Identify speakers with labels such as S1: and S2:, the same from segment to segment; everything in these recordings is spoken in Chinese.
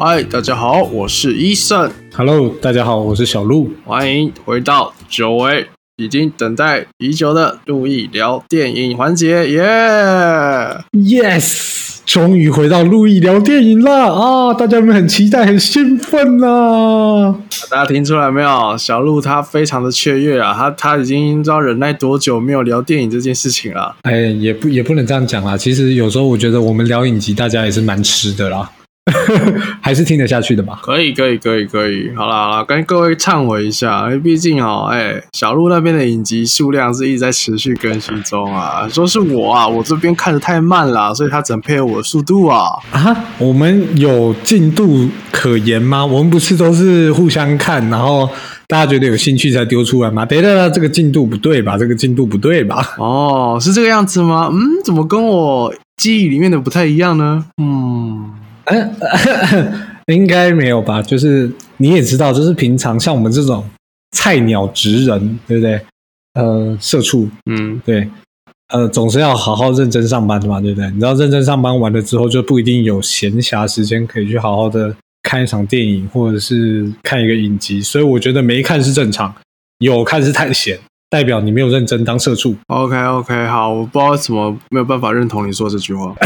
S1: 嗨，大家好，我是伊森。
S2: Hello， 大家好，我是小鹿。
S1: 欢迎回到久违已经等待已久的路易聊电影环节，耶、
S2: Yes， 终于回到路易聊电影啦！啊，大家有没有很期待、很兴奋啊？
S1: 大家听出来没有？小鹿他非常的雀跃啊，他已经不知道忍耐多久没有聊电影这件事情了。
S2: 哎，也不能这样讲啦。其实有时候我觉得我们聊影集，大家也是蛮吃的啦。还是听得下去的吧？
S1: 可以，好啦，跟各位忏悔一下，因为毕竟小鹿那边的影集数量是一直在持续更新中啊。说是我啊，我这边看得太慢了，所以他只能配合我的速度啊。
S2: 啊，我们有进度可言吗？我们不是都是互相看，然后大家觉得有兴趣才丢出来吗？等等，这个进度不对吧？
S1: 哦，是这个样子吗？怎么跟我记忆里面的不太一样呢？
S2: 应该没有吧？就是你也知道，就是平常像我们这种菜鸟职人，对不对？社畜，对，总是要好好认真上班的嘛，对不对？你知道认真上班完了之后，就不一定有闲暇时间可以去好好的看一场电影，或者是看一个影集，所以我觉得没看是正常，有看是太闲，代表你没有认真当社畜。
S1: OK， 好，我不知道为什么没有办法认同你说这句话。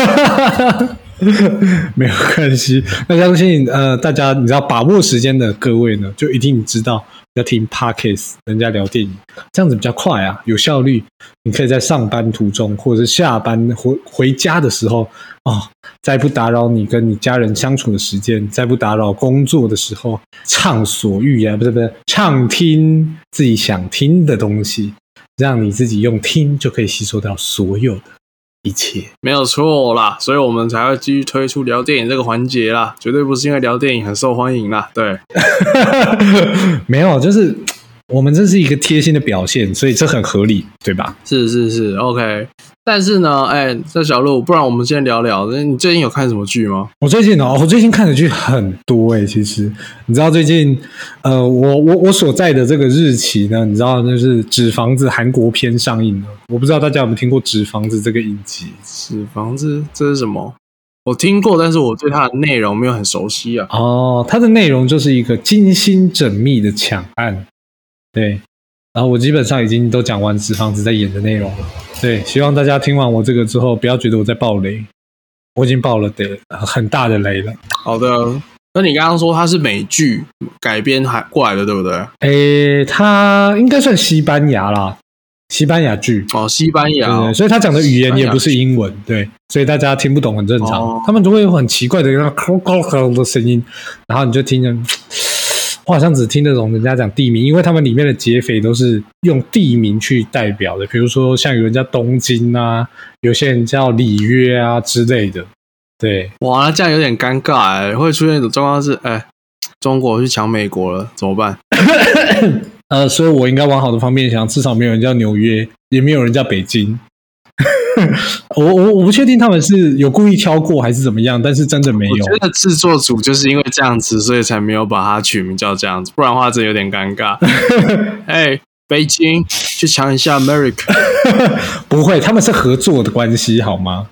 S2: 没有关系，那相信大家你知道把握时间的各位呢，就一定知道要听 Podcast 人家聊电影，这样子比较快啊，有效率。你可以在上班途中或者是下班回家的时候在不打扰你跟你家人相处的时间，在不打扰工作的时候，畅所欲言，不是畅听自己想听的东西，让你自己用听就可以吸收到所有的一切，
S1: 没有错啦，所以我们才会继续推出聊电影这个环节啦，绝对不是因为聊电影很受欢迎啦，对。
S2: 没有，就是我们这是一个贴心的表现，所以这很合理，对吧？
S1: 是 OK。但是呢，这小鹿，不然我们先聊聊，你最近有看什么剧吗？
S2: 我最近看的剧很多其实你知道最近我所在的这个日期呢，你知道就是《纸房子》韩国篇上映了，我不知道大家有没有听过《纸房子》这个影集。
S1: 纸房子这是什么？我听过，但是我对它的内容没有很熟悉啊。
S2: 它的内容就是一个精心缜密的抢案，对。然后我基本上已经都讲完纸房子在演的内容了，对，希望大家听完我这个之后不要觉得我在爆雷，我已经爆了很大的雷了。
S1: 好的，那你刚刚说它是美剧改编过来的，对不对？
S2: 它应该算西班牙啦，西班牙剧
S1: 西班牙
S2: 对，所以他讲的语言也不是英文，对，所以大家听不懂很正常，他们都会有很奇怪的那种的声音，然后你就听着。我好像只听那种人家讲地名，因为他们里面的劫匪都是用地名去代表的，比如说像有人叫东京啊，有些人叫里约啊之类的。对，
S1: 哇，那这样有点尴尬会出现一种状况是，中国去抢美国了，怎么办？
S2: 所以我应该往好的方面想，至少没有人叫纽约，也没有人叫北京。我不确定他们是有故意挑过还是怎么样，但是真的没有。
S1: 我觉得制作组就是因为这样子，所以才没有把它取名叫这样子，不然的话真的有点尴尬。北京去抢一下 America，
S2: 不会，他们是合作的关系好吗？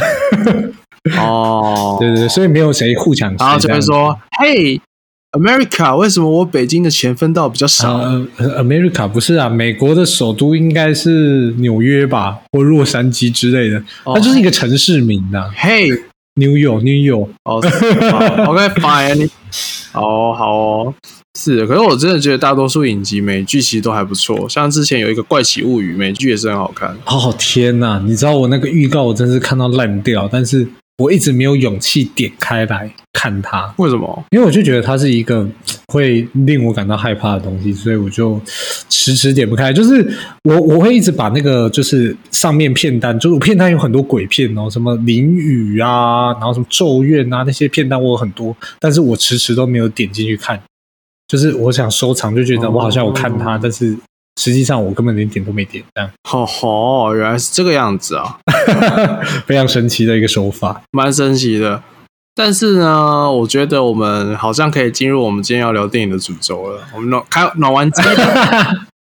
S2: 对，所以没有谁互抢谁，
S1: 然后就会说，嘿。America， 为什么我北京的钱分到比较少
S2: ？America 不是啊，美国的首都应该是纽约吧，或洛杉矶之类的，它就是一个城市名啊。New York。
S1: OK fine。好。是，可是我真的觉得大多数影集美剧其实都还不错，像之前有一个《怪奇物语》美剧也是很好看。
S2: 天哪！你知道我那个预告我真是看到烂掉，但是我一直没有勇气点开来看它。
S1: 为什么？
S2: 因为我就觉得它是一个会令我感到害怕的东西，所以我就迟点不开。就是我会一直把那个就是上面片单，就是片单有很多鬼片什么淋雨啊，然后什么咒怨啊，那些片单我有很多，但是我迟都没有点进去看。就是我想收藏，就觉得我好像有看它，但是实际上我根本连点都没点。这样，
S1: 原来是这个样子啊，
S2: 非常神奇的一个手法，
S1: 蛮神奇的。但是呢，我觉得我们好像可以进入我们今天要聊电影的主轴了。我们暖完机了。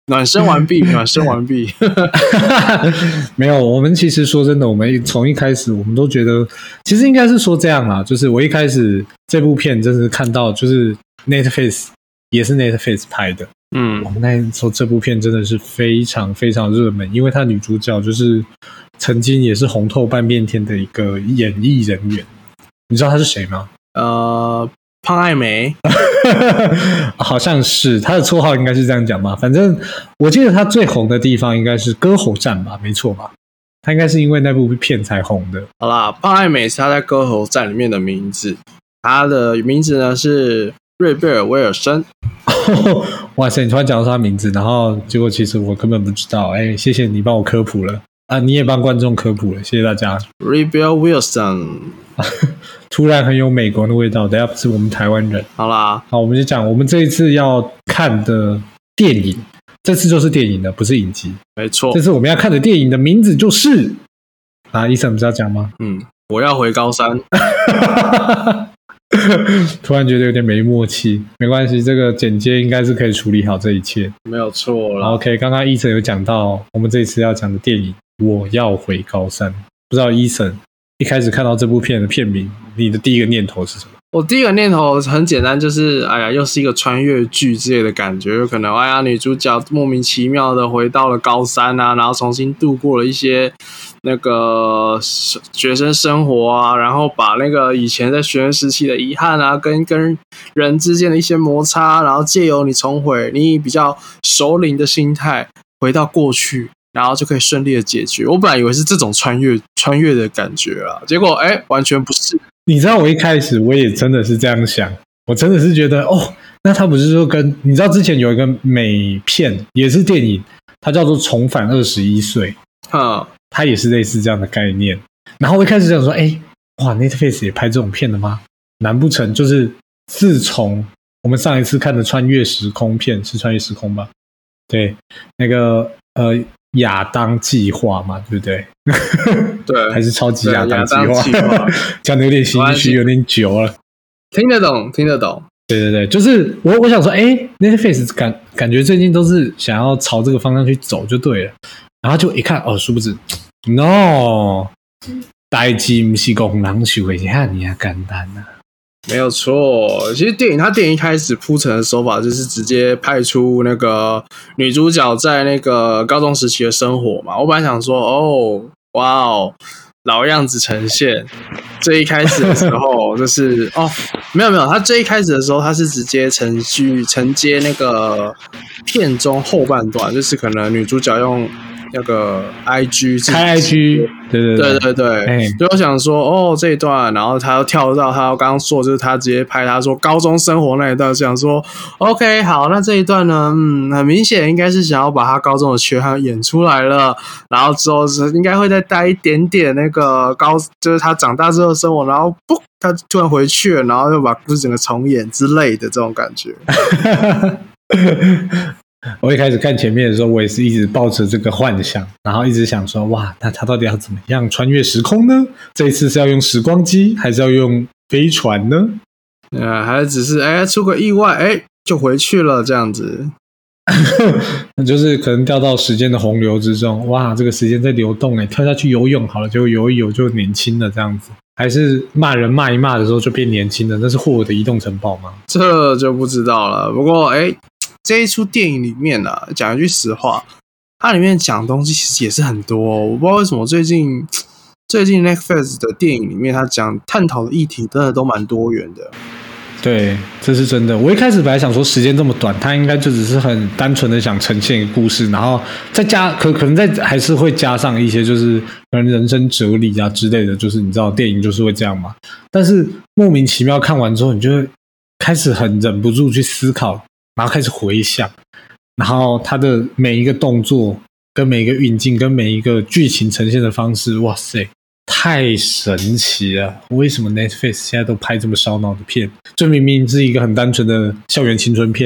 S1: 暖身完毕，暖身完毕。
S2: 没有，我们其实说真的，我们从一开始我们都觉得，其实应该是说这样啦，就是我一开始这部片真是看到，就是 Netflix 也是 Netflix 拍的，我们那时候这部片真的是非常非常热门，因为她女主角就是曾经也是红透半边天的一个演艺人员，你知道她是谁吗？
S1: 胖爱梅。
S2: 好像是他的绰号应该是这样讲吧，反正我记得他最红的地方应该是歌喉战吧，没错吧？他应该是因为那部片才红的。
S1: 好啦，胖爱美是他在歌喉战里面的名字，他的名字呢是瑞贝尔·威尔森。
S2: 哇塞，你突然讲到他名字，然后结果其实我根本不知道。哎，谢谢你帮我科普了啊，你也帮观众科普了，谢谢大家。
S1: 瑞贝尔·威尔森。
S2: 突然很有美国的味道，等下不是我们台湾人。
S1: 好啦，
S2: 好，我们就讲我们这一次要看的电影，这次就是电影的，不是影集。
S1: 没错，
S2: 这次我们要看的电影的名字就是医生不是要讲吗？
S1: 我要回高三。
S2: 突然觉得有点没默契，没关系，这个剪接应该是可以处理好这一切，
S1: 没有错啦。
S2: OK， 刚刚医生有讲到我们这一次要讲的电影《我要回高三》，不知道医生一开始看到这部片的片名，你的第一个念头是什么？
S1: 我第一个念头很简单，就是哎呀，又是一个穿越剧之类的感觉，有可能哎呀，女主角莫名其妙的回到了高三啊，然后重新度过了一些那个学生生活啊，然后把那个以前在学生时期的遗憾啊，跟人之间的一些摩擦，然后借由你重回你比较熟龄的心态回到过去。然后就可以顺利的解决。我本来以为是这种穿越的感觉啦，结果完全不是。
S2: 你知道我一开始我也真的是这样想，我真的是觉得那他不是说跟你知道之前有一个美片也是电影，它叫做《重返21岁》，它也是类似这样的概念。然后我一开始想说，哇 ，Netflix 也拍这种片的吗？难不成就是自从我们上一次看的穿越时空片是穿越时空吧？对，那个亚当计划嘛，对不对？
S1: 对，
S2: 还是超级亚当计划，讲的有点心虚，有点久了。
S1: 听得懂，听得懂。
S2: 对对对，就是我想说，Netflix 感觉最近都是想要朝这个方向去走就对了，然后就一看殊不知 ，no， 代志不是讲人想的遐尔简单啊。
S1: 没有错，其实电影一开始铺陈的手法就是直接派出那个女主角在那个高中时期的生活嘛。我本来想说，哇哦，老样子呈现。最一开始的时候就是没有，他最一开始的时候他是直接承接那个片中后半段，就是可能女主角用那个 IG
S2: 开 IG，
S1: 对，所以我想说这一段，然后他又跳到他刚刚说就是他直接拍他说高中生活那一段，想说 OK 好，那这一段呢，很明显应该是想要把他高中的缺憾演出来了，然后之后是应该会再带一点点那个就是他长大之后的生活，然后不，他突然回去了，然后又把故事整个重演之类的这种感觉。
S2: 我一开始看前面的时候，我也是一直抱着这个幻想，然后一直想说，哇，那他到底要怎么样穿越时空呢？这一次是要用时光机，还是要用飞船呢？
S1: 还是只是出个意外，就回去了这样子。
S2: 那就是可能掉到时间的洪流之中，哇，这个时间在流动，跳下去游泳好了，结果游一游就年轻了这样子。还是骂人骂一骂的时候就变年轻了，那是霍尔的移动城堡吗？
S1: 这就不知道了。不过这一出电影里面啊，讲一句实话，它里面讲东西其实也是很多我不知道为什么最近 Netflix 的电影里面，它探讨的议题真的都蛮多元的。
S2: 对，这是真的。我一开始本来想说时间这么短，它应该就只是很单纯的想呈现一个故事，然后再加可能还是会加上一些就是可能人生哲理啊之类的，就是你知道电影就是会这样嘛。但是莫名其妙看完之后，你就会开始很忍不住去思考，然后开始回想，然后他的每一个动作跟每一个运镜跟每一个剧情呈现的方式，哇塞，太神奇了！为什么 Netflix 现在都拍这么烧脑的片？这明明是一个很单纯的校园青春片，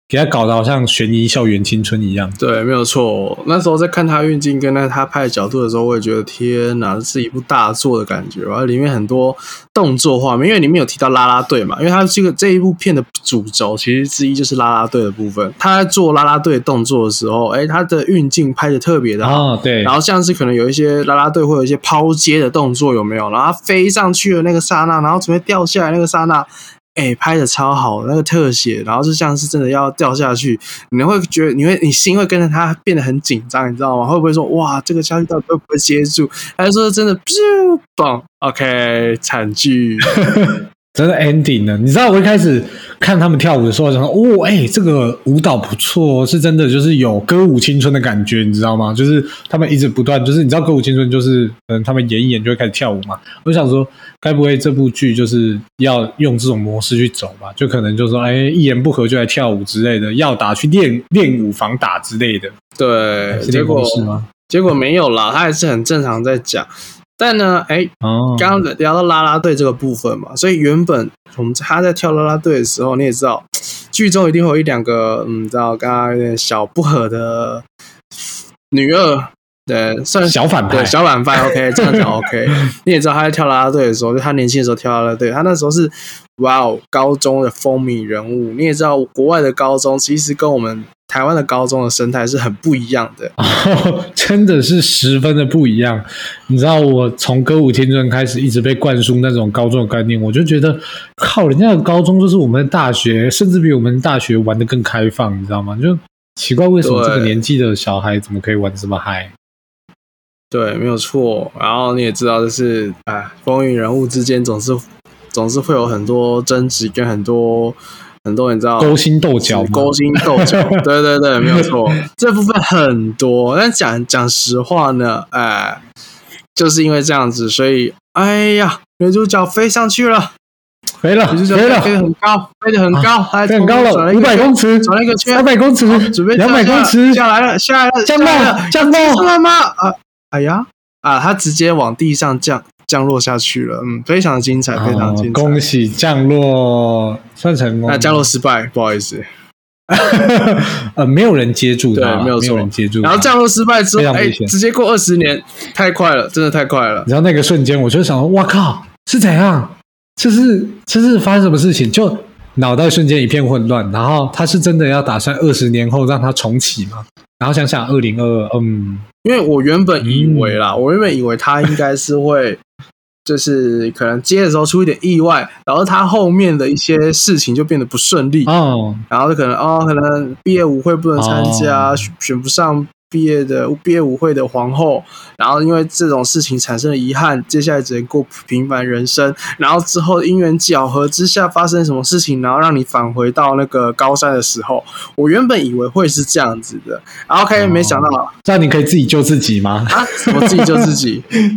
S2: 给他搞得好像悬疑校园青春一样。
S1: 对，没有错。那时候在看他运镜跟他拍的角度的时候，我也觉得天哪，这是一部大作的感觉。然后里面很多动作画面，因为里面有提到啦啦队嘛，因为他这一部片的主轴其实之一就是啦啦队的部分。他在做啦啦队动作的时候，他的运镜拍的特别的好。
S2: 对。
S1: 然后像是可能有一些啦啦队会有一些抛接的动作，有没有？然后他飞上去的那个刹那，然后准备掉下来那个刹那。拍的超好，那个特写，然后就像是真的要掉下去，你会觉得你心会跟着他变得很紧张，你知道吗？会不会说哇，这个下去到底会不会接住？还是说真的嘣 ，OK， 惨剧。
S2: 真的 ending 了，你知道我一开始看他们跳舞的时候，我想说，这个舞蹈不错，是真的就是有歌舞青春的感觉，你知道吗？就是他们一直不断，就是你知道歌舞青春就是他们演一演就会开始跳舞嘛。我想说，该不会这部剧就是要用这种模式去走吧？就可能就说，一言不合就来跳舞之类的，要打去练舞房打之类的。
S1: 对，结果没有啦，他还是很正常在讲。但呢，刚刚聊到啦啦队这个部分嘛，所以原本他在跳啦啦队的时候，你也知道，剧中一定会有一两个，你知道，刚刚有点小不合的女二，对，算
S2: 小反派，
S1: 对，小反派 ，OK， 这样讲 OK。你也知道他在跳啦啦队的时候，就他年轻的时候跳啦啦队，他那时候是高中的风靡人物。你也知道，国外的高中其实跟我们台湾的高中的生态是很不一样的，
S2: 真的是十分的不一样。你知道，我从歌舞青春开始，一直被灌输那种高中的概念，我就觉得靠，人家的高中就是我们的大学，甚至比我们大学玩得更开放，你知道吗？就奇怪为什么这个年纪的小孩怎么可以玩这么嗨？
S1: 对，没有错。然后你也知道，就是风云人物之间总是会有很多争执跟很多你知道
S2: 勾心斗角，
S1: 对对对，没有错，这部分很多。但讲实话呢，就是因为这样子，所以女主角飞上去了，
S2: 飞得很高，
S1: 飞得很高，
S2: 飞很高了，500公尺，
S1: 转了一个圈
S2: ，300公尺，
S1: 准备
S2: 200公尺，
S1: 下来了，
S2: 降落
S1: 了吗？他直接往地上降落下去了，非常精彩，非常精彩。
S2: 恭喜降落算成功，
S1: 降落失败，不好意思。
S2: 没有人接住他，
S1: 对，没有
S2: 人接住他。
S1: 然后降落失败之后，直接过20年，太快了，真的太快了。
S2: 然后那个瞬间，我就想说，哇靠，是怎样？这是发生什么事情？就脑袋瞬间一片混乱。然后他是真的要打算20年后让他重启吗？然后想想2022，
S1: 因为我原本以为他应该是会，就是可能接的时候出一点意外，然后他后面的一些事情就变得不顺利，然后可能毕业舞会不能参加，选不上毕业舞会的皇后，然后因为这种事情产生了遗憾，接下来只能过平凡人生，然后之后因缘巧合之下发生什么事情，然后让你返回到那个高山的时候，我原本以为会是这样子的，然后没想到，
S2: 这样你可以自己救自己吗？
S1: 我自己救自己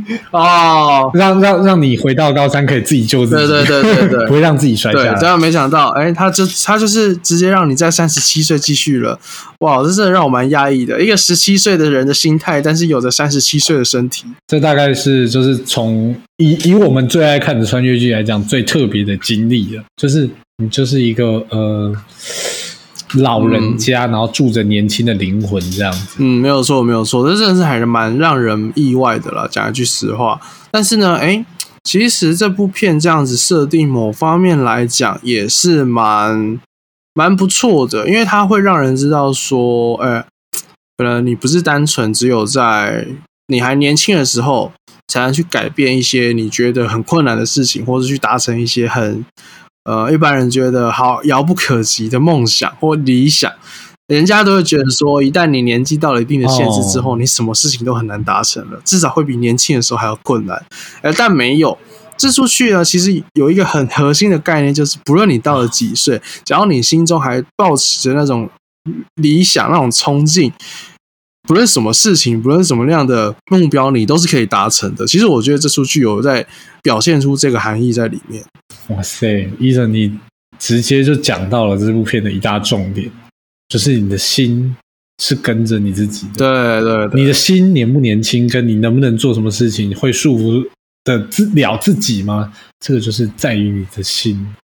S2: 让你回到高山可以自己救自己，
S1: 对，
S2: 不会让自己摔下来。
S1: 对，这样没想到，他就是直接让你在37岁继续了，哇，这真的让我蛮压抑的，一个17岁的人的心态，但是有着37岁的身体，
S2: 这大概是就是从以我们最爱看的穿越剧来讲最特别的经历了，就是你就是一个老人家，然后住着年轻的灵魂这样子。
S1: 没有错，这真的是还蛮让人意外的啦，讲一句实话。但是呢，其实这部片这样子设定，某方面来讲也是蛮不错的，因为它会让人知道说，可能你不是单纯只有在你还年轻的时候才能去改变一些你觉得很困难的事情，或者去达成一些很一般人觉得好遥不可及的梦想或理想。人家都会觉得说，一旦你年纪到了一定的限制之后，你什么事情都很难达成了，至少会比年轻的时候还要困难。但没有，这出去呢，其实有一个很核心的概念，就是不论你到了几岁，只要你心中还抱持着那种理想、那种冲劲，不论什么事情，不论什么样的目标，你都是可以达成的。其实我觉得这出剧有在表现出这个含义在里面。
S2: 哇塞，医生，你直接就讲到了这部片的一大重点，就是你的心是跟着你自己的。
S1: 对，
S2: 你的心年不年轻，跟你能不能做什么事情会束缚的了自己吗？这个就是在于你的心。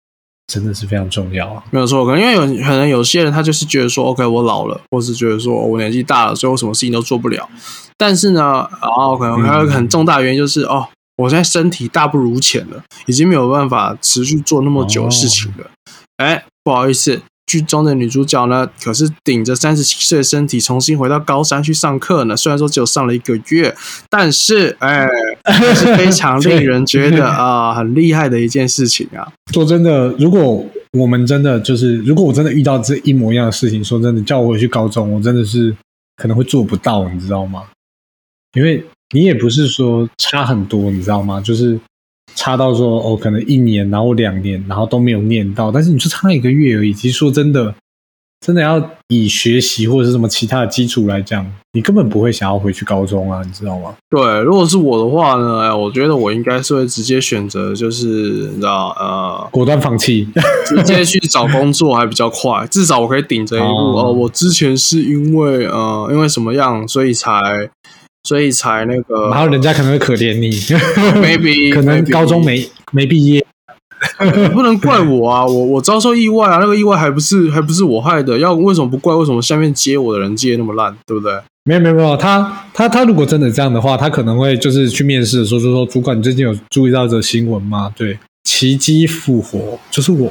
S2: 真的是非常重要啊。
S1: 没有错，可能有些人他就是觉得说 OK 我老了，或是觉得说我年纪大了，所以我什么事情都做不了。但是呢，然后可能还有一个很重大的原因就是我现在身体大不如前了，已经没有办法持续做那么久的事情了。不好意思，剧中的女主角呢，可是顶着37岁的身体重新回到高山去上课呢。虽然说只有上了1个月，但是是非常令人觉得很厉害的一件事情啊。
S2: 说真的，如果我真的遇到这一模一样的事情，说真的，叫我回去高中，我真的是可能会做不到，你知道吗？因为你也不是说差很多，你知道吗？就是差到说可能1年，然后2年，然后都没有念到，但是你就差1个月而已。其实说真的要以学习或者是什么其他的基础来讲，你根本不会想要回去高中啊，你知道吗？
S1: 对，如果是我的话呢，我觉得我应该是会直接选择，就是你知道
S2: 果断放弃，
S1: 直接去找工作还比较快，至少我可以顶着一路我之前是因为什么样，所以才那个，
S2: 然后人家可能会可怜你
S1: ，maybe
S2: 可能高中没毕业。
S1: 不能怪我啊，我遭受意外啊，那个意外还不是我害的，为什么不怪？为什么下面接我的人接那么烂，对不对？
S2: 没有，他如果真的这样的话，他可能会就是去面试的时候就说，主管，你最近有注意到这个新闻吗？对，奇迹复活就是我，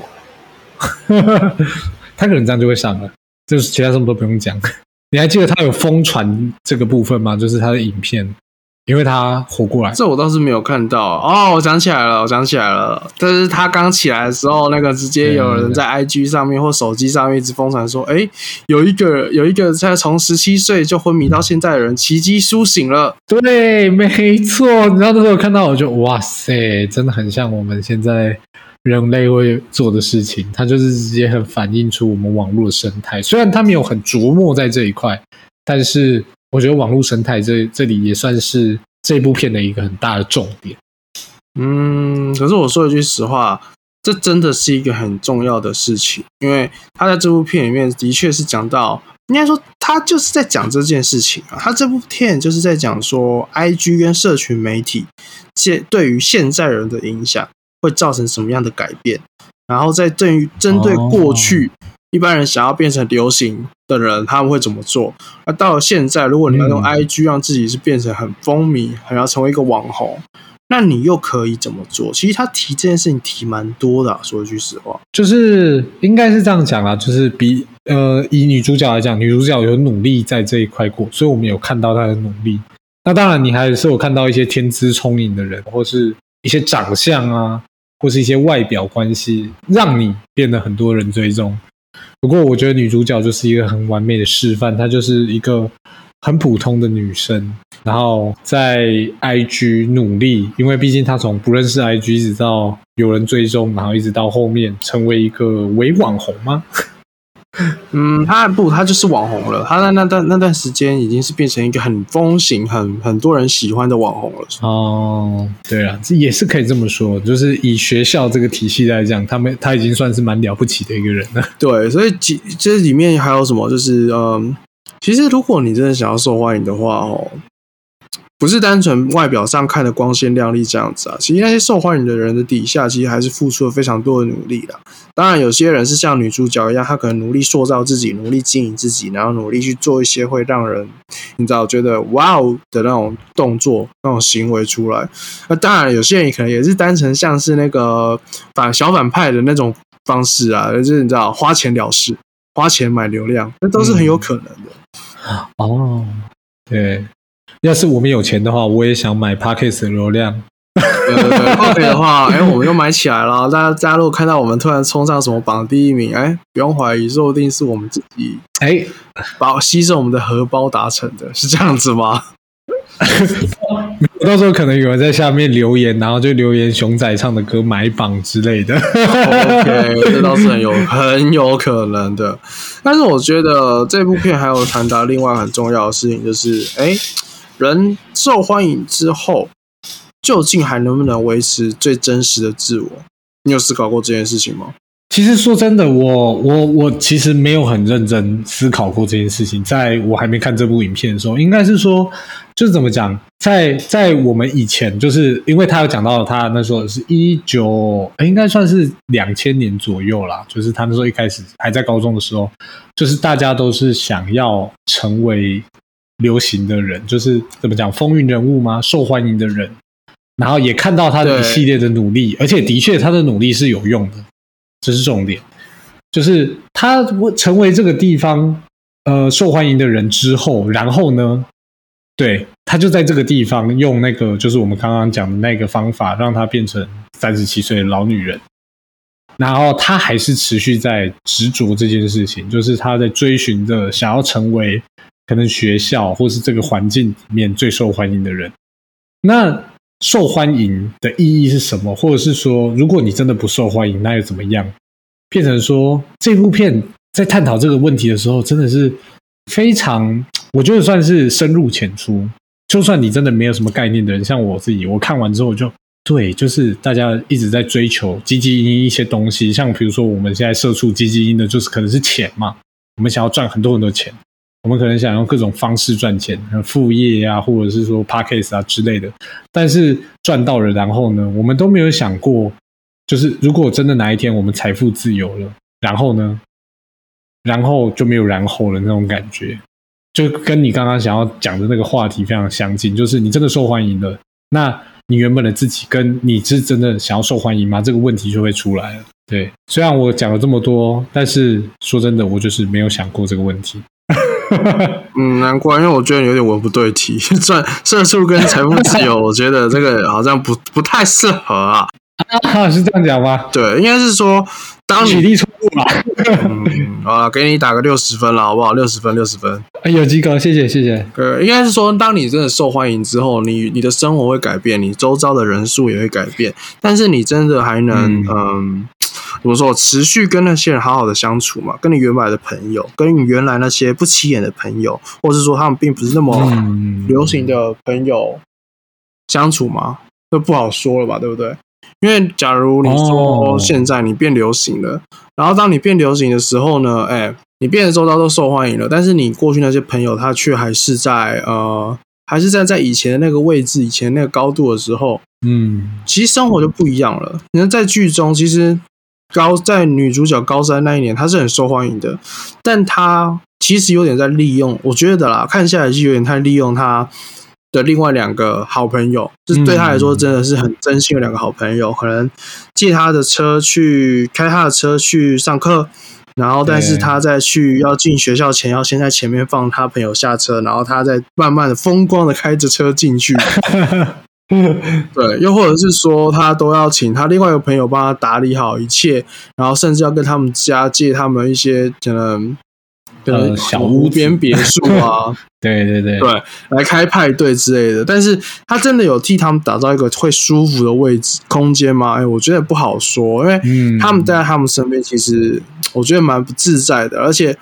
S2: 他可能这样就会上了，就是其他什么都不用讲。你还记得他有疯传这个部分吗？就是他的影片。因为他活过来，
S1: 这我倒是没有看到我想起来了，但是他刚起来的时候，那个直接有人在 IG 上面或手机上面一直疯传说，有一个在从17岁就昏迷到现在的人奇迹苏醒了。
S2: 对，没错。你知道那时候看到我就哇塞，真的很像我们现在人类会做的事情，它就是直接很反映出我们网络的生态。虽然他没有很琢磨在这一块，但是我觉得网络生态这里也算是这部片的一个很大的重点。
S1: 可是我说一句实话，这真的是一个很重要的事情，因为他在这部片里面的确是讲到，应该说他就是在讲这件事情啊。他这部片就是在讲说 IG 跟社群媒体对于现在人的影响会造成什么样的改变，然后在针对过去一般人想要变成流行的人，他们会怎么做？那到了现在，如果你要用 IG 让自己是变成很风靡，很要成为一个网红，那你又可以怎么做？其实他提这件事情提蛮多的说一句实话，
S2: 就是应该是这样讲啦，就是以女主角来讲，女主角有努力在这一块过，所以我们有看到她的努力。那当然，你还是有看到一些天资聪颖的人，或是一些长相啊，或是一些外表关系，让你变得很多人追踪。不过我觉得女主角就是一个很完美的示范，她就是一个很普通的女生，然后在 IG 努力，因为毕竟她从不认识 IG 一直到有人追踪，然后一直到后面成为一个伪网红吗？
S1: 他就是网红了。他那段时间已经是变成一个很风行、很多人喜欢的网红了。
S2: 对了，这也是可以这么说，就是以学校这个体系来讲，他已经算是蛮了不起的一个人了。
S1: 对，所以这里面还有什么？就是其实如果你真的想要受欢迎的话，不是单纯外表上看的光鲜亮丽这样子啊，其实那些受欢迎的人的底下，其实还是付出了非常多的努力的。当然，有些人是像女主角一样，她可能努力塑造自己，努力经营自己，然后努力去做一些会让人你知道觉得哇哦的那种动作、那种行为出来。那当然，有些人可能也是单纯像是那个小反派的那种方式啊，就是你知道花钱了事、花钱买流量，那都是很有可能的。
S2: 对。要是我们有钱的话，我也想买 Podcast 的流量。
S1: 对，如果可以的话，我们就买起来了。大家如果看到我们突然冲上什么榜第1名，不用怀疑，说不定是我们自己牺牲我们的荷包达成的，是这样子吗？
S2: 到时候可能有人在下面留言，然后就留言熊仔唱的歌买榜之类的。
S1: OK， 这倒是很有可能的。但是我觉得这部片还有谈到另外很重要的事情，就是人受欢迎之后，究竟还能不能维持最真实的自我？你有思考过这件事情吗？
S2: 其实说真的，我其实没有很认真思考过这件事情。在我还没看这部影片的时候，应该是说，就是怎么讲，在我们以前，就是因为他有讲到他那时候是应该算是2000年左右啦，就是他那时候一开始还在高中的时候，就是大家都是想要成为流行的人，就是怎么讲，风云人物吗？受欢迎的人，然后也看到他的一系列的努力，而且的确他的努力是有用的。这是重点，就是他成为这个地方受欢迎的人之后，然后呢，对，他就在这个地方用那个就是我们刚刚讲的那个方法，让他变成37岁的老女人。然后他还是持续在执着这件事情，就是他在追寻着想要成为可能学校或是这个环境里面最受欢迎的人。那受欢迎的意义是什么？或者是说，如果你真的不受欢迎，那又怎么样？变成说，这部片在探讨这个问题的时候，真的是非常，我觉得算是深入浅出。就算你真的没有什么概念的人，像我自己，我看完之后就对，就是大家一直在追求积极因一些东西，像比如说我们现在社畜积极因的，就是可能是钱嘛，我们想要赚很多很多钱。我们可能想用各种方式赚钱，副业啊，或者是说 podcast 啊之类的，但是赚到了，然后呢，我们都没有想过，就是如果真的哪一天我们财富自由了，然后呢，然后就没有然后了那种感觉，就跟你刚刚想要讲的那个话题非常相近，就是你真的受欢迎了，那你原本的自己跟你是真的想要受欢迎吗？这个问题就会出来了。对，虽然我讲了这么多，但是说真的，我就是没有想过这个问题。
S1: 难怪，因为我觉得你有点文不对题，社畜跟财富自由，我觉得这个好像不太适合啊。
S2: 是这样讲吗？
S1: 对，应该是说，当你
S2: 举例错误啦。
S1: 好了，给你打个60分了，好不好？60分。
S2: 有及格，谢谢。
S1: 应该是说，当你真的受欢迎之后，你的生活会改变，你周遭的人数也会改变，但是你真的还能怎么说，持续跟那些人好好的相处嘛？跟你原来的朋友，跟你原来那些不起眼的朋友，或是说他们并不是那么流行的朋友相处嘛？这不好说了吧，对不对？因为假如你说现在你变流行了，然后当你变流行的时候呢，你变得周遭都受欢迎了，但是你过去那些朋友他却还是在在以前的那个位置、以前那个高度的时候，其实生活就不一样了。你看在剧中，其实在女主角高三那一年，她是很受欢迎的，但她其实有点在利用，我觉得啦，看下来就有点太利用她的另外2个好朋友，就是对她来说真的是很真心的2个好朋友，可能借她的车开她的车去上课，然后但是她在要进学校前，要先在前面放她朋友下车，然后她再慢慢的风光的开着车进去。对，又或者是说他都要请他另外一个朋友帮他打理好一切，然后甚至要跟他们家借他们一些可能
S2: 小
S1: 湖边别墅啊，
S2: 对，
S1: 来开派对之类的。但是他真的有替他们打造一个会舒服的位置空间吗？我觉得不好说，因为他们待在他们身边，其实我觉得蛮不自在的，而且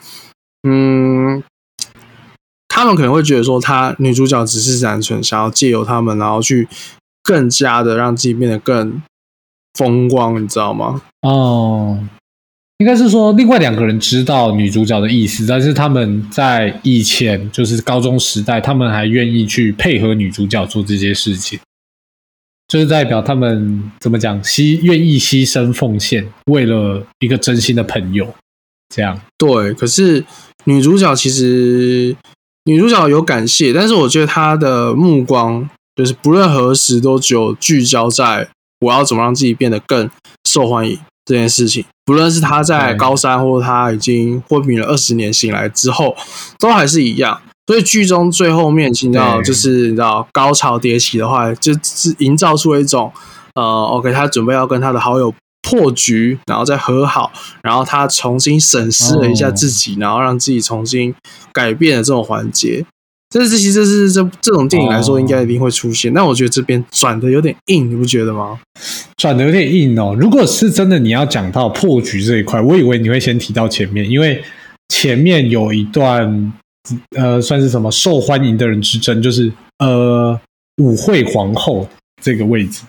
S1: 他们可能会觉得说，女主角只是单纯想要借由他们，然后去更加的让自己变得更风光，你知道吗？
S2: 应该是说另外2个人知道女主角的意思，但是他们在以前就是高中时代，他们还愿意去配合女主角做这些事情，就是代表他们怎么讲，愿意牺牲奉献，为了一个真心的朋友，这样。对，
S1: 可是女主角有感谢，但是我觉得她的目光就是不论何时都只有聚焦在我要怎么让自己变得更受欢迎这件事情。不论是她在高三，或她已经昏迷了20年醒来之后，都还是一样。所以剧中最后面，你知道，就是你知道高潮迭起的话，就是营造出了一种OK， 他准备要跟他的好友破局，然后再和好，然后他重新审视了一下自己，然后让自己重新改变的这种环节。这种电影来说，应该一定会出现。但我觉得这边转的有点硬，你不觉得吗？
S2: 转的有点硬哦。如果是真的你要讲到破局这一块，我以为你会先提到前面，因为前面有一段算是什么受欢迎的人之争，就是舞会皇后这个位置。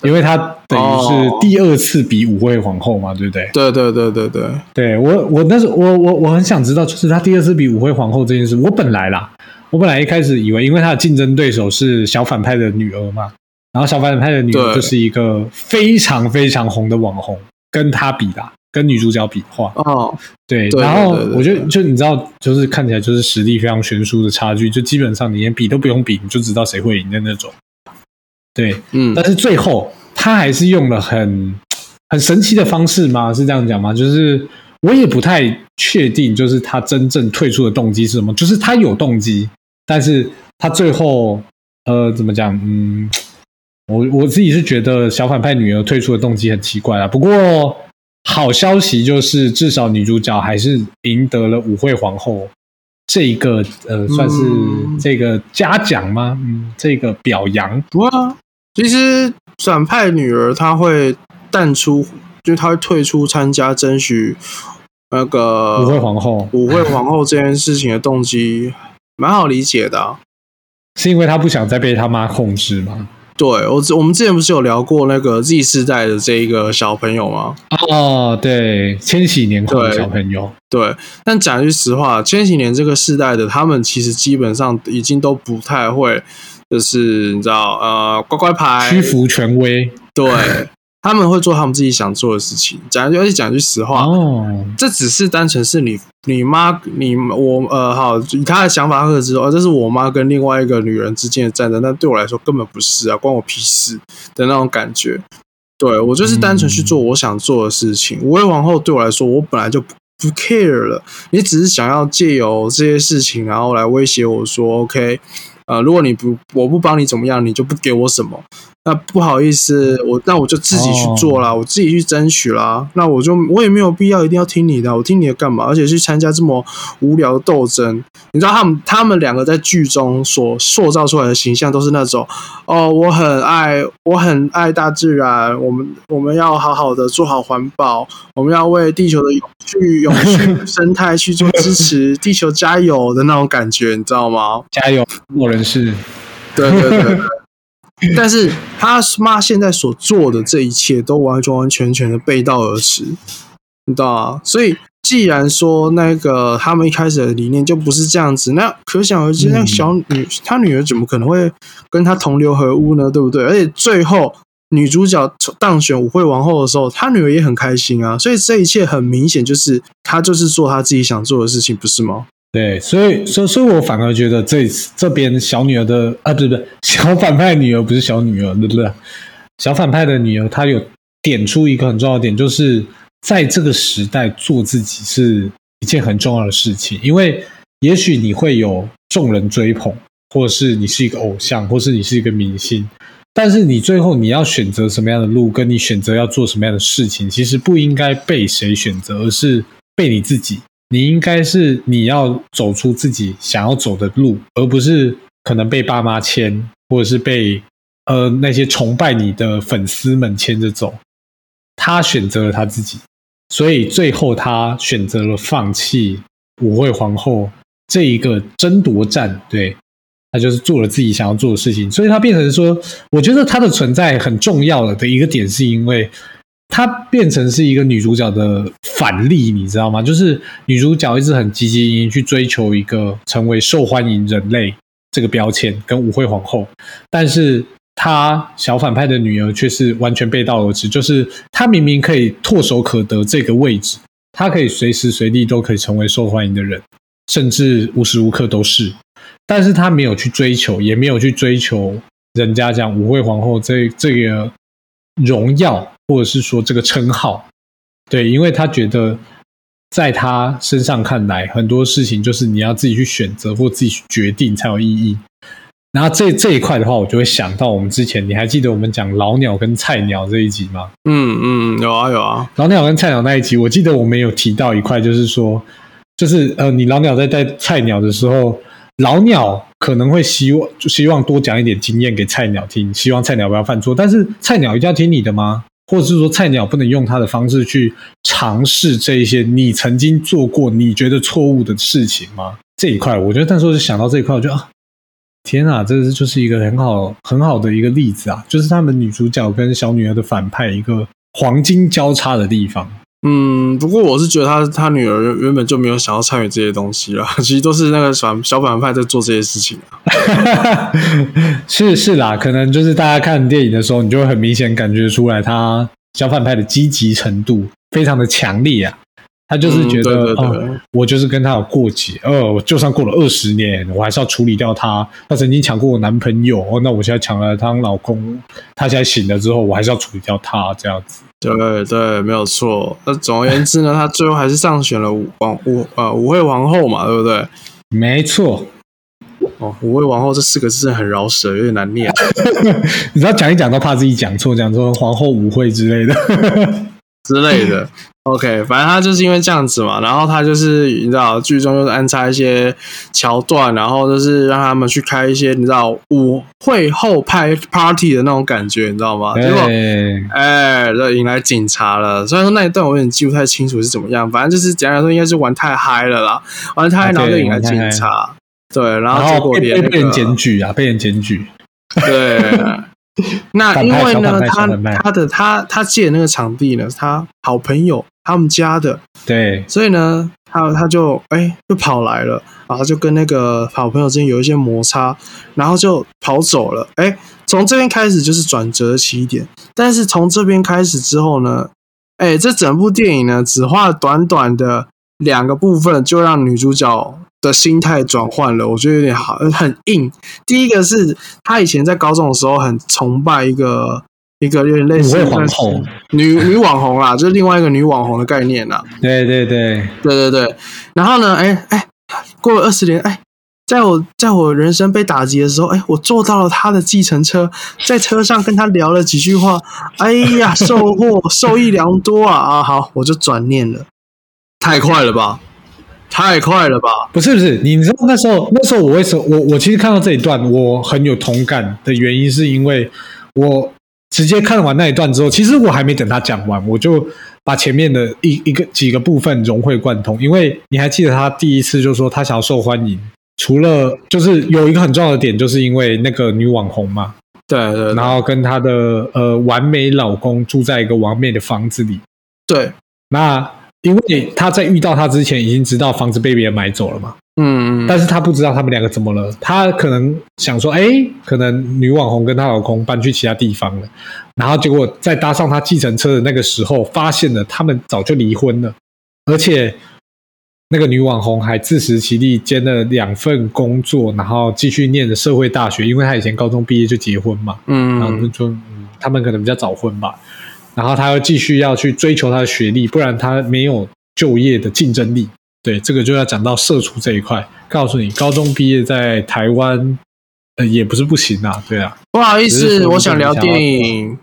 S2: 因为她等于是第二次比武惠皇后嘛，对不对？
S1: 对，
S2: 我那时候我很想知道，就是她第二次比武惠皇后这件事。我本来一开始以为，因为她的竞争对手是小反派的女儿嘛，然后小反派的女儿就是一个非常非常红的网红，跟她比的，跟女主角比的话，对，然后我觉得就你知道，就是看起来就是实力非常悬殊的差距，就基本上你连比都不用比，你就知道谁会赢的那种。对，但是最后他还是用了很神奇的方式吗？是这样讲吗？就是我也不太确定，就是他真正退出的动机是什么？就是他有动机，但是他最后怎么讲？我自己是觉得小反派女儿退出的动机很奇怪啦。不过好消息就是，至少女主角还是赢得了武惠皇后这一个算是这个嘉奖吗？这个表扬。
S1: 不啊，其实反派女儿她会淡出，就是她会退出参加争取那个
S2: 武惠皇后
S1: 这件事情的动机，蛮好理解的啊。
S2: 是因为她不想再被她妈控制吗？
S1: 对，我们之前不是有聊过那个 Z 世代的这一个小朋友吗？
S2: 对，千禧年后的小朋友。
S1: 对，但讲句实话，千禧年这个世代的他们其实基本上已经都不太会，就是你知道乖乖牌
S2: 屈服权威。
S1: 对。他们会做他们自己想做的事情，而且讲句实话，这只是单纯是你妈好，以他的想法会知道，这是我妈跟另外一个女人之间的战争，但对我来说根本不是啊，关我屁事的那种感觉。对，我就是单纯去做我想做的事情。武惠皇后对我来说，我本来就不 care 了，你只是想要借由这些事情，然后来威胁我说 ，OK，如果我不帮你怎么样，你就不给我什么。那不好意思，那我就自己去做啦，我自己去争取啦。那我也没有必要一定要听你的，我听你的干嘛？而且去参加这么无聊的斗争，你知道他们两个在剧中所塑造出来的形象都是那种我很爱大自然，我们要好好的做好环保，我们要为地球的永续生态去做支持，地球加油的那种感觉，你知道吗？
S2: 加油，默人士。
S1: 对。但是他妈现在所做的这一切都完全的背道而驰，你知道吗？所以既然说那个他们一开始的理念就不是这样子，那可想而知，那他女儿怎么可能会跟他同流合污呢？对不对？而且最后女主角当选武惠皇后的时候，他女儿也很开心啊，所以这一切很明显就是他就是做他自己想做的事情，不是吗？
S2: 对，所以我反而觉得这边小女儿的不是小反派女儿不是小女儿，对不对？小反派的女儿，她有点出一个很重要的点，就是在这个时代做自己是一件很重要的事情，因为也许你会有众人追捧，或者是你是一个偶像，或是你是一个明星，但是你最后你要选择什么样的路，跟你选择要做什么样的事情，其实不应该被谁选择，而是被你自己。你应该是你要走出自己想要走的路，而不是可能被爸妈牵，或者是被那些崇拜你的粉丝们牵着走。他选择了他自己，所以最后他选择了放弃武惠皇后这一个争夺战，对，他就是做了自己想要做的事情。所以他变成说，我觉得他的存在很重要的一个点，是因为她变成是一个女主角的反例，你知道吗？就是女主角一直很积极营营去追求一个成为受欢迎人类这个标签，跟武惠皇后，但是她小反派的女儿却是完全背道而驰，就是她明明可以唾手可得这个位置，她可以随时随地都可以成为受欢迎的人，甚至无时无刻都是，但是她没有去追求，也没有去追求人家讲武惠皇后这个荣耀，或者是说这个称号。对，因为他觉得在他身上看来，很多事情就是你要自己去选择或自己去决定才有意义。然后这一块的话，我就会想到我们之前，你还记得我们讲老鸟跟菜鸟这一集吗？
S1: 有啊。
S2: 老鸟跟菜鸟那一集，我记得我们有提到一块，就是说，就是你老鸟在带菜鸟的时候，老鸟可能会希望多讲一点经验给菜鸟听，希望菜鸟不要犯错，但是菜鸟一定要听你的吗？或者是说菜鸟不能用他的方式去尝试这一些你曾经做过你觉得错误的事情吗？这一块我觉得那时候就想到这一块，我觉得天啊，这就是一个很好的一个例子啊，就是他们女主角跟小女儿的反派一个黄金交叉的地方。
S1: 不过我是觉得他女儿原本就没有想要参与这些东西啦，其实都是那个小反派在做这些事情啊。
S2: 是啦，可能就是大家看电影的时候，你就会很明显感觉出来，他小反派的积极程度非常的强烈啊。他就是觉得，
S1: 对，
S2: 我就是跟他有过节，我就算过了20年，我还是要处理掉他。他曾经抢过我男朋友，那我现在抢了他当老公，他现在醒了之后，我还是要处理掉他，这样子。
S1: 对，没有错。那总而言之呢，他最后还是上选了舞会皇后嘛，对不对？
S2: 没错。
S1: 舞会皇后这4个字真的很饶舌，有点难念。
S2: 你知道讲一讲都怕自己讲错，讲说皇后舞会之类的
S1: 之类的。OK， 反正他就是因为这样子嘛，然后他就是你知道剧中就是安插一些桥段，然后就是让他们去开一些你知道舞会后派 party 的那种感觉，你知道吗？结果就引来警察了。虽然说那一段我有点记不太清楚是怎么样，反正就是简单来说应该是玩太嗨了啦，玩太嗨然后就引来警察。对，然后结果连
S2: 被人检举啊，被人检举。
S1: 对。那因为呢，他借的那个场地呢，是他好朋友他们家的，
S2: 对，
S1: 所以呢，他就就跑来了，然后就跟那个好朋友之间有一些摩擦，然后就跑走了。从这边开始就是转折的起点，但是从这边开始之后呢，这整部电影呢，只花了短短的2个部分，就让女主角的心态转换了，我觉得有点很硬。第一个是他以前在高中的时候很崇拜一个有点类似
S2: 皇后
S1: 女网红啦，就是另外一个女网红的概念啦。
S2: 对。
S1: 然后呢，过了20年，在我人生被打击的时候，我坐到了他的计程车，在车上跟他聊了几句话，受益良多啊！好，我就转念了，太快了吧！不
S2: 是，你知道那时候我为什么我其实看到这一段我很有同感的原因，是因为我直接看完那一段之后，其实我还没等他讲完，我就把前面的几个部分融会贯通。因为你还记得他第一次就说他想要受欢迎，除了就是有一个很重要的点，就是因为那个女网红嘛，
S1: 对，
S2: 然后跟她的完美老公住在一个完美的房子里，
S1: 对，
S2: 那因为他在遇到他之前已经知道房子被别人买走了嘛，但是他不知道他们2个怎么了，他可能想说，可能女网红跟她老公搬去其他地方了，然后结果在搭上他计程车的那个时候，发现了他们早就离婚了，而且那个女网红还自食其力兼了2份工作，然后继续念的社会大学，因为她以前高中毕业就结婚嘛，然后就他们可能比较早婚吧。然后他要继续要去追求他的学历，不然他没有就业的竞争力。对，这个就要讲到社畜这一块。告诉你，高中毕业在台湾，也不是不行啊，对啊。
S1: 不好意思，我想聊电影。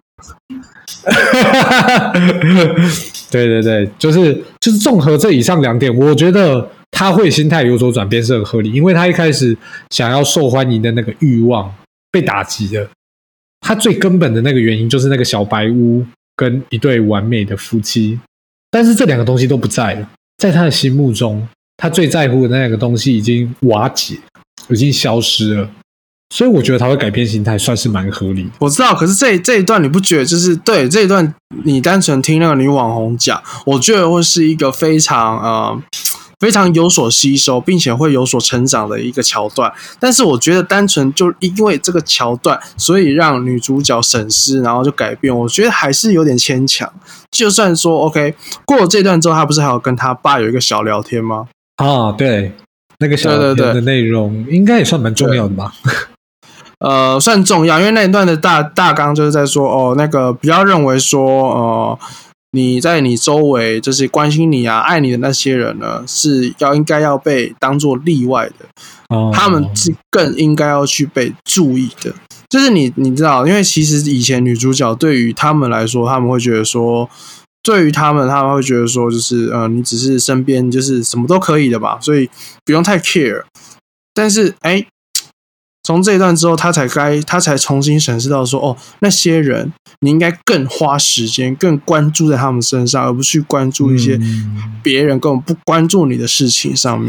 S2: 对，就是综合这以上2点，我觉得他会心态有所转变是很合理，因为他一开始想要受欢迎的那个欲望被打击了。他最根本的那个原因就是那个小白屋跟一对完美的夫妻，但是这2个东西都不在了，在他的心目中，他最在乎的那2个东西已经瓦解，已经消失了，所以我觉得他会改变心态，算是蛮合理的。
S1: 我知道，可是这一段你不觉得就是对这一段你单纯听那个女网红讲，我觉得会是一个非常有所吸收，并且会有所成长的一个桥段。但是我觉得单纯就因为这个桥段，所以让女主角审视，然后就改变，我觉得还是有点牵强。就算说 OK， 过了这段之后，他不是还有跟他爸有一个小聊天吗？
S2: 对，那个小聊天的内容应该也算蛮重要的吧。
S1: 算重要，因为那一段的大纲就是在说那个不要认为说你在你周围就是关心你啊、爱你的那些人呢，是应该要被当作例外的，他们是更应该要去被注意的。就是你知道，因为其实以前女主角对于他们来说，他们会觉得说，对于他们会觉得说，就是你只是身边就是什么都可以的吧，所以不用太 care。但是从这一段之后，他才重新审视到说，那些人你应该更花时间、更关注在他们身上，而不是去关注一些别人根本不关注你的事情上面。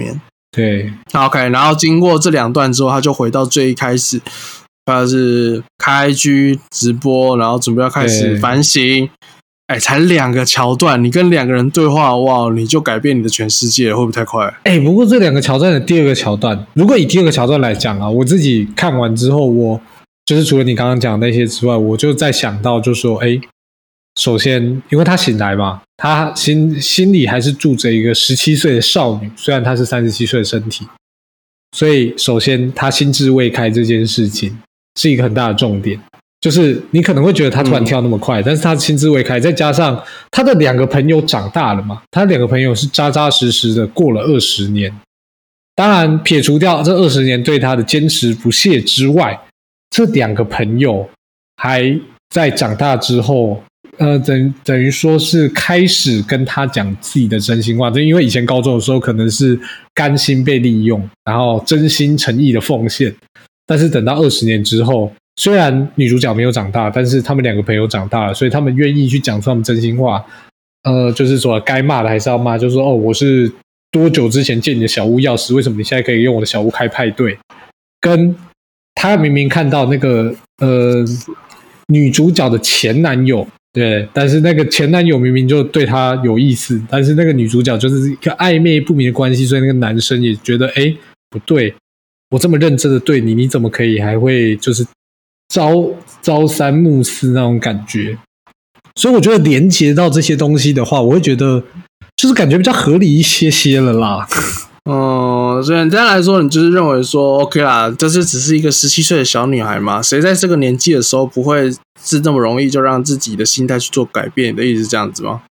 S2: 对
S1: ，OK， 然后经过这2段之后，他就回到最一开始，他是开 IG 直播，然后准备要开始反省。哎，才2个桥段，你跟2个人对话，哇，你就改变你的全世界了，会不会太快？
S2: 哎，不过这2个桥段的第2个桥段，如果以第2个桥段来讲啊，我自己看完之后，我就是除了你刚刚讲的那些之外，我就在想到，就说，哎，首先，因为他醒来嘛，他心里还是住着一个17岁的少女，虽然他是37岁的身体，所以首先他心智未开这件事情是一个很大的重点。就是你可能会觉得他突然跳那么快，但是他心智未开，再加上他的2个朋友长大了嘛，他2个朋友是扎扎实实的过了20年。当然，撇除掉这20年对他的坚持不懈之外，这2个朋友还在长大之后，等于说是开始跟他讲自己的真心话。就因为以前高中的时候可能是甘心被利用，然后真心诚意的奉献，但是等到20年之后。虽然女主角没有长大，但是他们2个朋友长大了，所以他们愿意去讲出他们真心话。就是说该骂的还是要骂，就是说我是多久之前借你的小屋钥匙，为什么你现在可以用我的小屋开派对？跟他明明看到那个女主角的前男友，对，但是那个前男友明明就对他有意思，但是那个女主角就是一个暧昧不明的关系，所以那个男生也觉得不对，我这么认真的对你，你怎么可以还会就是朝三暮四那种感觉。所以我觉得连接到这些东西的话，我会觉得就是感觉比较合理一些了啦。
S1: 所以简单来说，你就是认为说 OK 啦，这只是一个17岁的小女孩嘛，谁在这个年纪的时候不会是那么容易就让自己的心态去做改变？你的意思是这样子吗？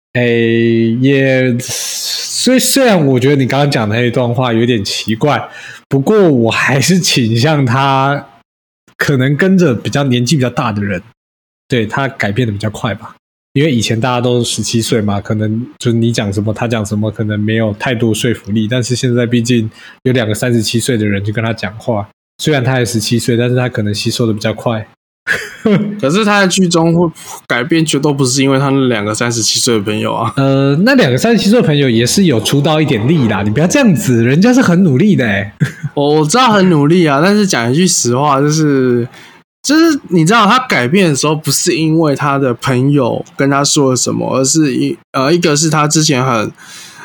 S2: 虽然我觉得你刚刚讲的那一段话有点奇怪，不过我还是倾向他可能跟着比较年纪比较大的人，对他改变的比较快吧。因为以前大家都17岁嘛，可能就是你讲什么他讲什么，可能没有太多说服力。但是现在毕竟有2个37岁的人去跟他讲话，虽然他还17岁，但是他可能吸收的比较快。
S1: 可是他在剧中会改变，绝都不是因为他那2个37岁的朋友啊。
S2: 那2个37岁的朋友也是有出到一点力啦，你不要这样子，人家是很努力的
S1: 我知道很努力啊，但是讲一句实话，就是你知道他改变的时候，不是因为他的朋友跟他说了什么，而是一个是他之前很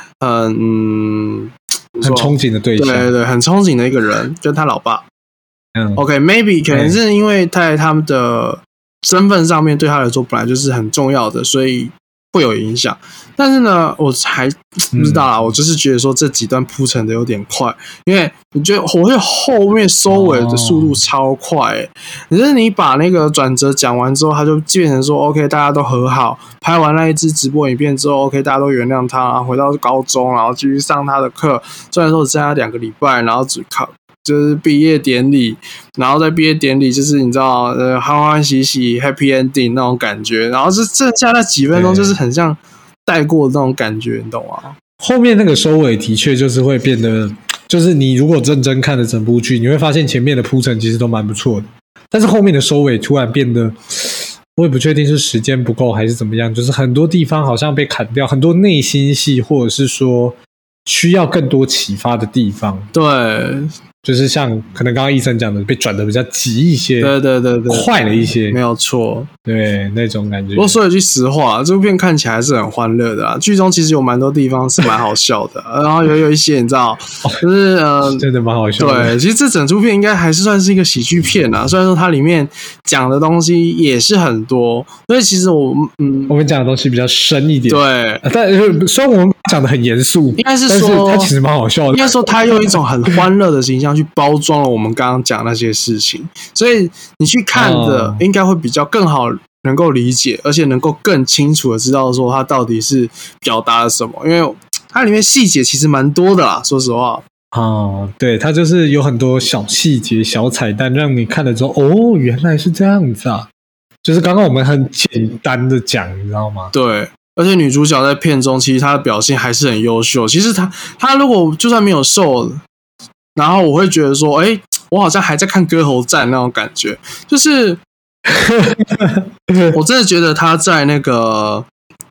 S2: 憧憬的对象，
S1: 对，很憧憬的一个人，就是他老爸。OK，maybe 可能是因为在他们的身份上面对他来说本来就是很重要的，所以会有影响。但是呢，我还不知道啦，我就是觉得说这几段铺陈的有点快，因为我觉得我会后面收尾的速度超快可是你把那个转折讲完之后，他就变成说 OK， 大家都和好，拍完那一支直播影片之后 OK， 大家都原谅他，然后回到高中，然后继续上他的课，虽然说只剩下2个礼拜，然后只考就是毕业典礼，然后在毕业典礼就是你知道欢欢喜喜 happy ending 那种感觉，然后是剩下那几分钟就是很像带过的那种感觉，你懂吗？
S2: 后面那个收尾的确就是会变得，就是你如果认真看了整部剧，你会发现前面的铺陈其实都蛮不错的，但是后面的收尾突然变得，我也不确定是时间不够还是怎么样，就是很多地方好像被砍掉，很多内心戏或者是说需要更多启发的地方。
S1: 对。
S2: 就是像可能刚刚医生讲的，被转的比较急一些，
S1: 对，
S2: 快了一些，
S1: 没有错，
S2: 对那种感觉。
S1: 不过说一句实话，这部片看起来还是很欢乐的剧中其实有蛮多地方是蛮好笑的，然后有一些你知道，就是
S2: 真的蛮好笑的。
S1: 对，其实这整部片应该还是算是一个喜剧片虽然说它里面讲的东西也是很多，所以其实我
S2: 们讲的东西比较深一点，
S1: 对，
S2: 但虽然我们讲的很严肃，
S1: 应该是说
S2: 但是它其实蛮好笑的。
S1: 应该说他用一种很欢乐的形象去包装了我们刚刚讲那些事情，所以你去看的应该会比较更好能够理解，而且能够更清楚的知道说他到底是表达了什么，因为它里面细节其实蛮多的啦，说实话。
S2: 对，它就是有很多小细节、小彩蛋，让你看了之后，原来是这样子啊！就是刚刚我们很简单的讲，你知道吗？
S1: 对。而且女主角在片中其实她的表现还是很优秀，其实她如果就算没有瘦，然后我会觉得说我好像还在看歌喉战那种感觉，就是我真的觉得她在那个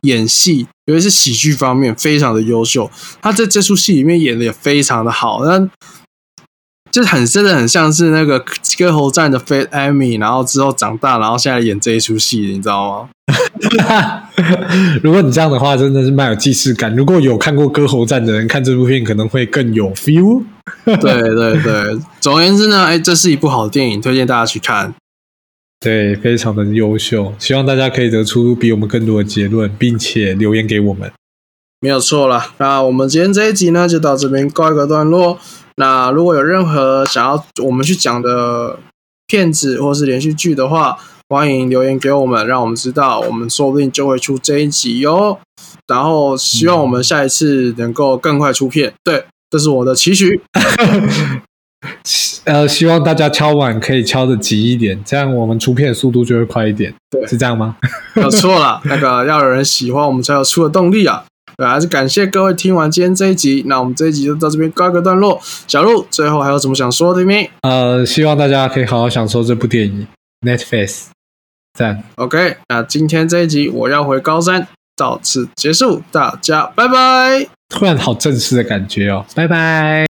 S1: 演戏，尤其是喜剧方面非常的优秀。他在这出戏里面演的也非常的好，但就是真的很像是那个歌喉战的 Fat Amy， 然后之后长大，然后现在演这一出戏，你知道吗？
S2: 如果你这样的话，真的是蛮有既视感。如果有看过歌喉战的人，看这部片可能会更有 feel。
S1: 对对对，总而言之呢，这是一部好的电影，推荐大家去看。
S2: 对，非常的优秀，希望大家可以得出比我们更多的结论，并且留言给我们。
S1: 没有错啦，那我们今天这一集呢，就到这边告一个段落。那如果有任何想要我们去讲的片子或是连续剧的话，欢迎留言给我们，让我们知道，我们说不定就会出这一集哟。然后希望我们下一次能够更快出片，对，这是我的期许。
S2: 希望大家敲碗可以敲得急一点，这样我们出片的速度就会快一点。
S1: 对，
S2: 是这样吗？
S1: 没有错啦，那个要有人喜欢，我们才有出的动力啊。对，还是感谢各位听完今天这一集，那我们这一集就到这边告一个段落。小鹿，最后还有什么想说的没？
S2: 希望大家可以好好享受这部电影。Netflix， 赞。
S1: OK， 那今天这一集我要回高山，到此结束，大家拜拜。
S2: 突然好正式的感觉哦，拜拜。